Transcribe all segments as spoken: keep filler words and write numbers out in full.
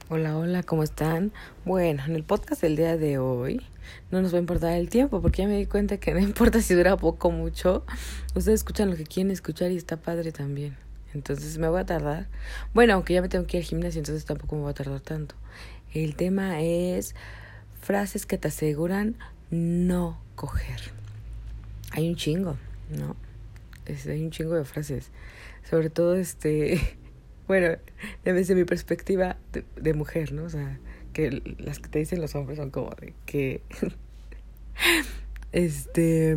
Hola, hola, ¿cómo están? Bueno, en el podcast del día de hoy no nos va a importar el tiempo porque ya me di cuenta que no importa si dura poco o mucho. Ustedes escuchan lo que quieren escuchar y está padre también. Entonces me voy a tardar. Bueno, aunque ya me tengo que ir al gimnasio, entonces tampoco me voy a tardar tanto. El tema es frases que te aseguran no coger. Hay un chingo, ¿no? Es, hay un chingo de frases. Sobre todo este... Bueno, desde mi perspectiva de, de mujer, ¿no? O sea, que las que te dicen los hombres son como de que... este...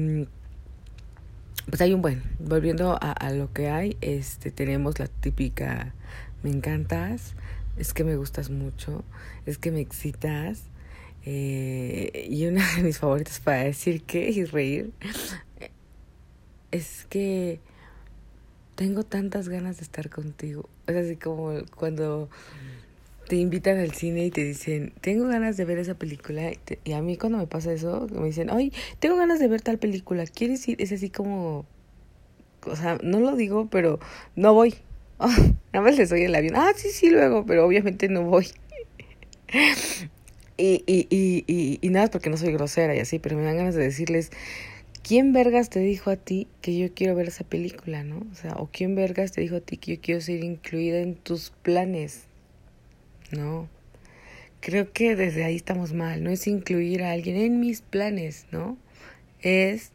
Pues hay un buen. Volviendo a, a lo que hay, este tenemos la típica... Me encantas, es que me gustas mucho, es que me excitas. Eh, y una de mis favoritas para decir que y reír es que... Tengo tantas ganas de estar contigo. Es así como cuando te invitan al cine y te dicen, tengo ganas de ver esa película. Y, te, y a mí cuando me pasa eso, me dicen, ay, tengo ganas de ver tal película. ¿Quieres ir? Es así como, o sea, no lo digo, pero no voy. Oh, nada más les doy el avión. Ah, sí, sí, luego, pero obviamente no voy. y, y, y, y, y nada, porque no soy grosera y así, pero me dan ganas de decirles... ¿Quién vergas te dijo a ti que yo quiero ver esa película, no? O sea, o quién vergas te dijo a ti que yo quiero ser incluida en tus planes. No. Creo que desde ahí estamos mal. No es incluir a alguien en mis planes, ¿no? Es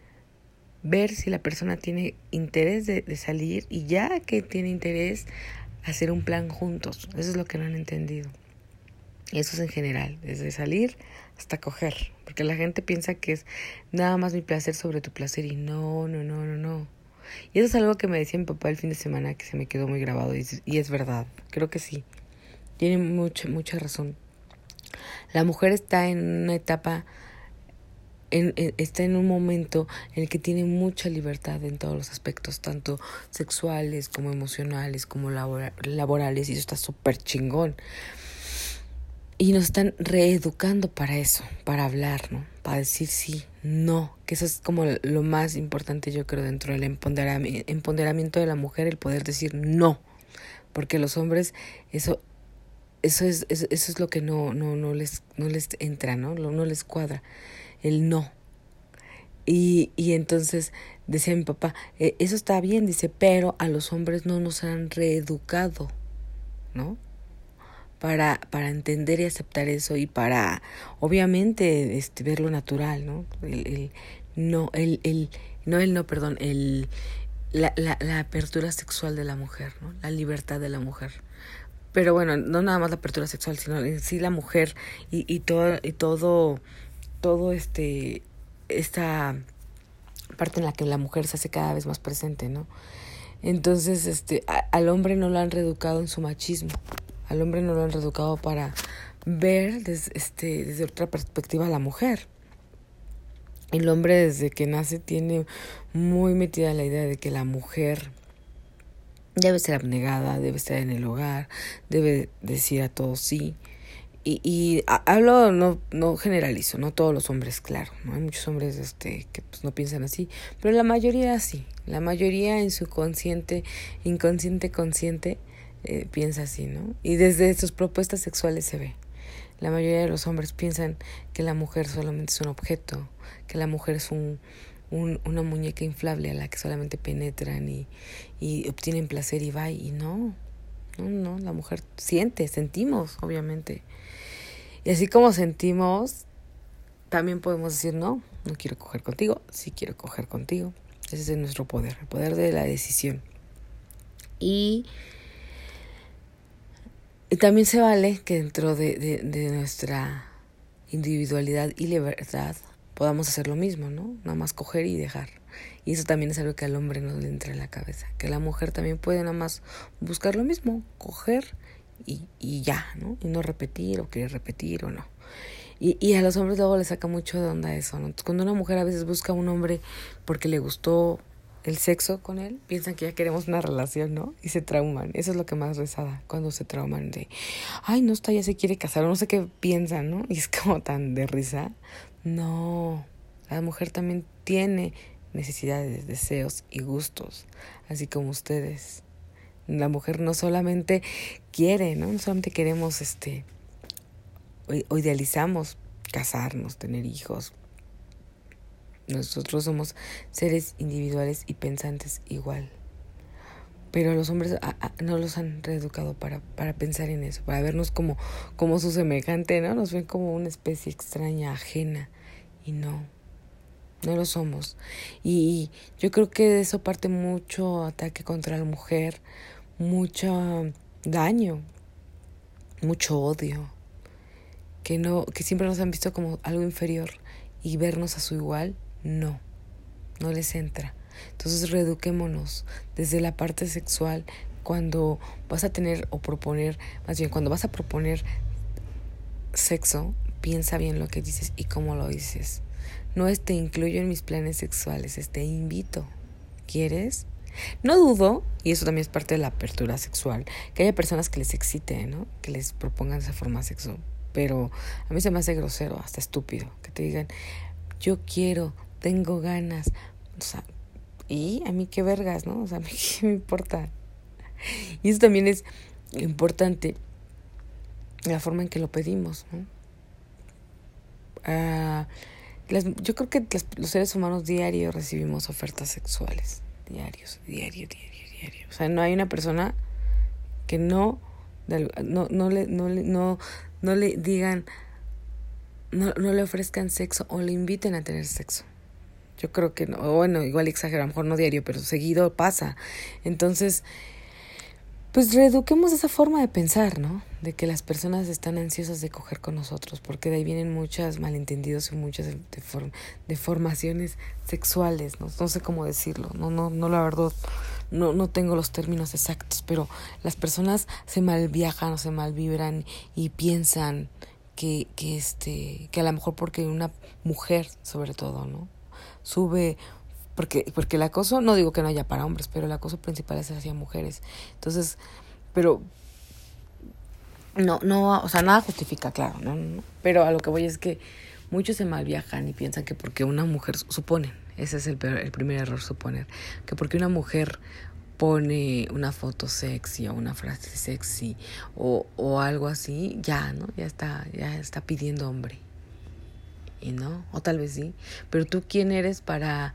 ver si la persona tiene interés de, de salir y ya que tiene interés, hacer un plan juntos. Eso es lo que no han entendido. Y eso es en general, desde salir hasta coger. Porque la gente piensa que es nada más mi placer sobre tu placer. Y no, no, no, no, no. Y eso es algo que me decía mi papá el fin de semana que se me quedó muy grabado. Y, y es verdad, creo que sí. Tiene mucha, mucha razón. La mujer está en una etapa, en, en, está en un momento en el que tiene mucha libertad en todos los aspectos, tanto sexuales como emocionales, como labora, laborales. Y eso está súper chingón. Y nos están reeducando para eso, para hablar, ¿no? Para decir sí, no, que eso es como lo más importante yo creo dentro del empoderamiento, empoderamiento de la mujer, el poder decir no, porque los hombres eso eso es eso, eso es lo que no no no les no les entra, ¿no? No, no les cuadra el no. Y y entonces decía mi papá, eh, eso está bien, dice, pero a los hombres no nos han reeducado, ¿no? para para entender y aceptar eso y para obviamente este ver lo natural, ¿no? El, el no el el no el no, perdón, el la, la la apertura sexual de la mujer, ¿no? La libertad de la mujer. Pero bueno, no nada más la apertura sexual, sino en sí la mujer y y todo y todo todo este esta parte en la que la mujer se hace cada vez más presente, ¿no? Entonces, este a, al hombre no lo han reeducado en su machismo. Al hombre no lo han reeducado para ver desde, este, desde otra perspectiva a la mujer. El hombre desde que nace tiene muy metida la idea de que la mujer debe ser abnegada, debe estar en el hogar, debe decir a todos sí. Y, y hablo, no, no generalizo, no todos los hombres, claro, ¿no? Hay muchos hombres este, que pues, no piensan así, pero la mayoría sí. La mayoría en su consciente, inconsciente, consciente, Eh, piensa así, ¿no? Y desde sus propuestas sexuales se ve. La mayoría de los hombres piensan que la mujer solamente es un objeto, que la mujer es un, un una muñeca inflable a la que solamente penetran y, y obtienen placer y va. Y no, no, no, la mujer siente, sentimos, obviamente. Y así como sentimos, también podemos decir, no, no quiero coger contigo, sí quiero coger contigo. Ese es nuestro poder, el poder de la decisión. Y Y también se vale que dentro de, de, de nuestra individualidad y libertad podamos hacer lo mismo, ¿no? Nada más coger y dejar. Y eso también es algo que al hombre no le entra en la cabeza. Que la mujer también puede nada más buscar lo mismo, coger y, y ya, ¿no? Y no repetir o querer repetir o no. Y, y a los hombres luego les saca mucho de onda eso, ¿no? Entonces, cuando una mujer a veces busca a un hombre porque le gustó el sexo con él, piensan que ya queremos una relación, ¿no? Y se trauman. Eso es lo que más rezada, cuando se trauman de, ay, no está, ya se quiere casar, o no sé qué piensan, ¿no? Y es como tan de risa. No, la mujer también tiene necesidades, deseos y gustos, así como ustedes. La mujer no solamente quiere, ¿no? No solamente queremos, este, o idealizamos casarnos, tener hijos. Nosotros somos seres individuales y pensantes igual. Pero los hombres a, a, no los han reeducado para, para pensar en eso, para vernos como, como su semejante, ¿no? Nos ven como una especie extraña, ajena. Y no, no lo somos. Y yo creo que de eso parte mucho ataque contra la mujer, mucho daño, mucho odio. Que, no, que siempre nos han visto como algo inferior y vernos a su igual, no, no les entra. Entonces reeduquémonos desde la parte sexual. Cuando vas a tener o proponer, más bien cuando vas a proponer sexo, piensa bien lo que dices y cómo lo dices. No es te incluyo en mis planes sexuales, es te invito. ¿Quieres? No dudo, y eso también es parte de la apertura sexual, que haya personas que les excite, ¿no? Que les propongan esa forma de sexo. Pero a mí se me hace grosero, hasta estúpido, que te digan, yo quiero, tengo ganas. O sea, y a mí qué vergas, ¿no? O sea, a mí qué me importa. Y eso también es importante, la forma en que lo pedimos, ¿no? Uh, las, yo creo que las, los seres humanos diario recibimos ofertas sexuales. Diarios, diario, diario, diario. O sea, no hay una persona que no, no, no le, no le, no, no le digan, no, no le ofrezcan sexo o le inviten a tener sexo. Yo creo que no, bueno, igual exagero, a lo mejor no diario, pero seguido pasa. Entonces, pues reeduquemos esa forma de pensar, ¿no? De que las personas están ansiosas de coger con nosotros, porque de ahí vienen muchos malentendidos y muchas deform- deformaciones sexuales, ¿no? No sé cómo decirlo, no, no, no, la verdad, no, no tengo los términos exactos, pero las personas se malviajan o se malvibran y piensan que, que este, que a lo mejor porque una mujer, sobre todo, ¿no? Sube, porque, porque el acoso, no digo que no haya para hombres, pero el acoso principal es hacia mujeres. Entonces, pero no, no, o sea, nada justifica, claro, no, no, pero a lo que voy es que muchos se malviajan y piensan que porque una mujer, suponen, ese es el, peor, el primer error, suponer, que porque una mujer pone una foto sexy o una frase sexy o, o algo así, ya, ¿no? Ya está, ya está pidiendo hombre. Y no, o tal vez sí, pero tú quién eres para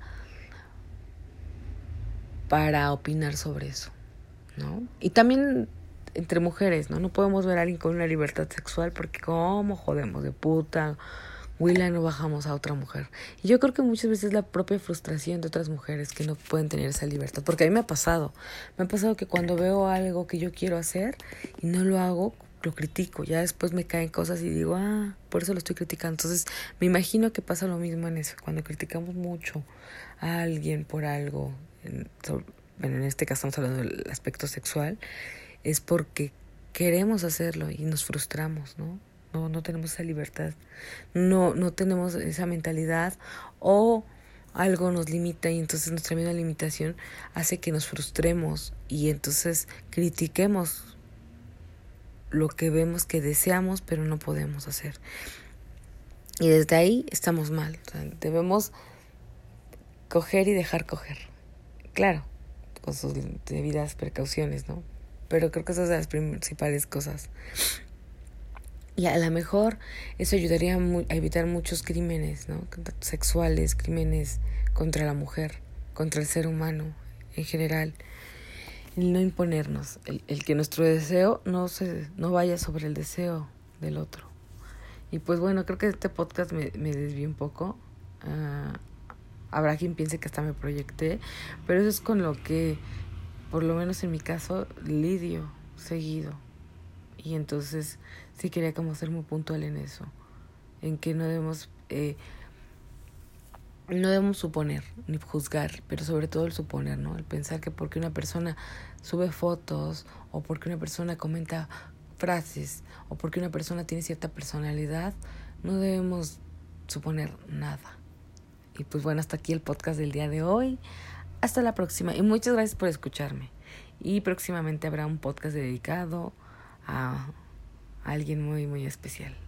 para opinar sobre eso, ¿no? Y también entre mujeres, ¿no? No podemos ver a alguien con una libertad sexual porque cómo jodemos de puta, Willa, no bajamos a otra mujer. Y yo creo que muchas veces es la propia frustración de otras mujeres que no pueden tener esa libertad, porque a mí me ha pasado, me ha pasado que cuando veo algo que yo quiero hacer y no lo hago, lo critico, ya después me caen cosas y digo, ah, por eso lo estoy criticando. Entonces me imagino que pasa lo mismo en eso, cuando criticamos mucho a alguien por algo, en, sobre, bueno, en este caso estamos hablando del aspecto sexual, es porque queremos hacerlo y nos frustramos, ¿no? No, no tenemos esa libertad, no, no tenemos esa mentalidad o algo nos limita y entonces nuestra misma limitación hace que nos frustremos y entonces critiquemos lo que vemos que deseamos pero no podemos hacer. Y desde ahí estamos mal. O sea, debemos coger y dejar coger. Claro, con sus debidas precauciones, ¿no? Pero creo que esas son las principales cosas. Y a lo mejor eso ayudaría a evitar muchos crímenes, ¿no? Sexuales, crímenes contra la mujer, contra el ser humano en general. El no imponernos, el, el que nuestro deseo no se no vaya sobre el deseo del otro. Y pues bueno, creo que este podcast me, me desvió un poco. Uh, habrá quien piense que hasta me proyecté, pero eso es con lo que, por lo menos en mi caso, lidio seguido. Y entonces sí quería como ser muy puntual en eso, en que no debemos eh, no debemos suponer ni juzgar, pero sobre todo el suponer, ¿no? El pensar que porque una persona sube fotos o porque una persona comenta frases o porque una persona tiene cierta personalidad, no debemos suponer nada. Y pues bueno, hasta aquí el podcast del día de hoy. Hasta la próxima y muchas gracias por escucharme. Y próximamente habrá un podcast dedicado a alguien muy, muy especial.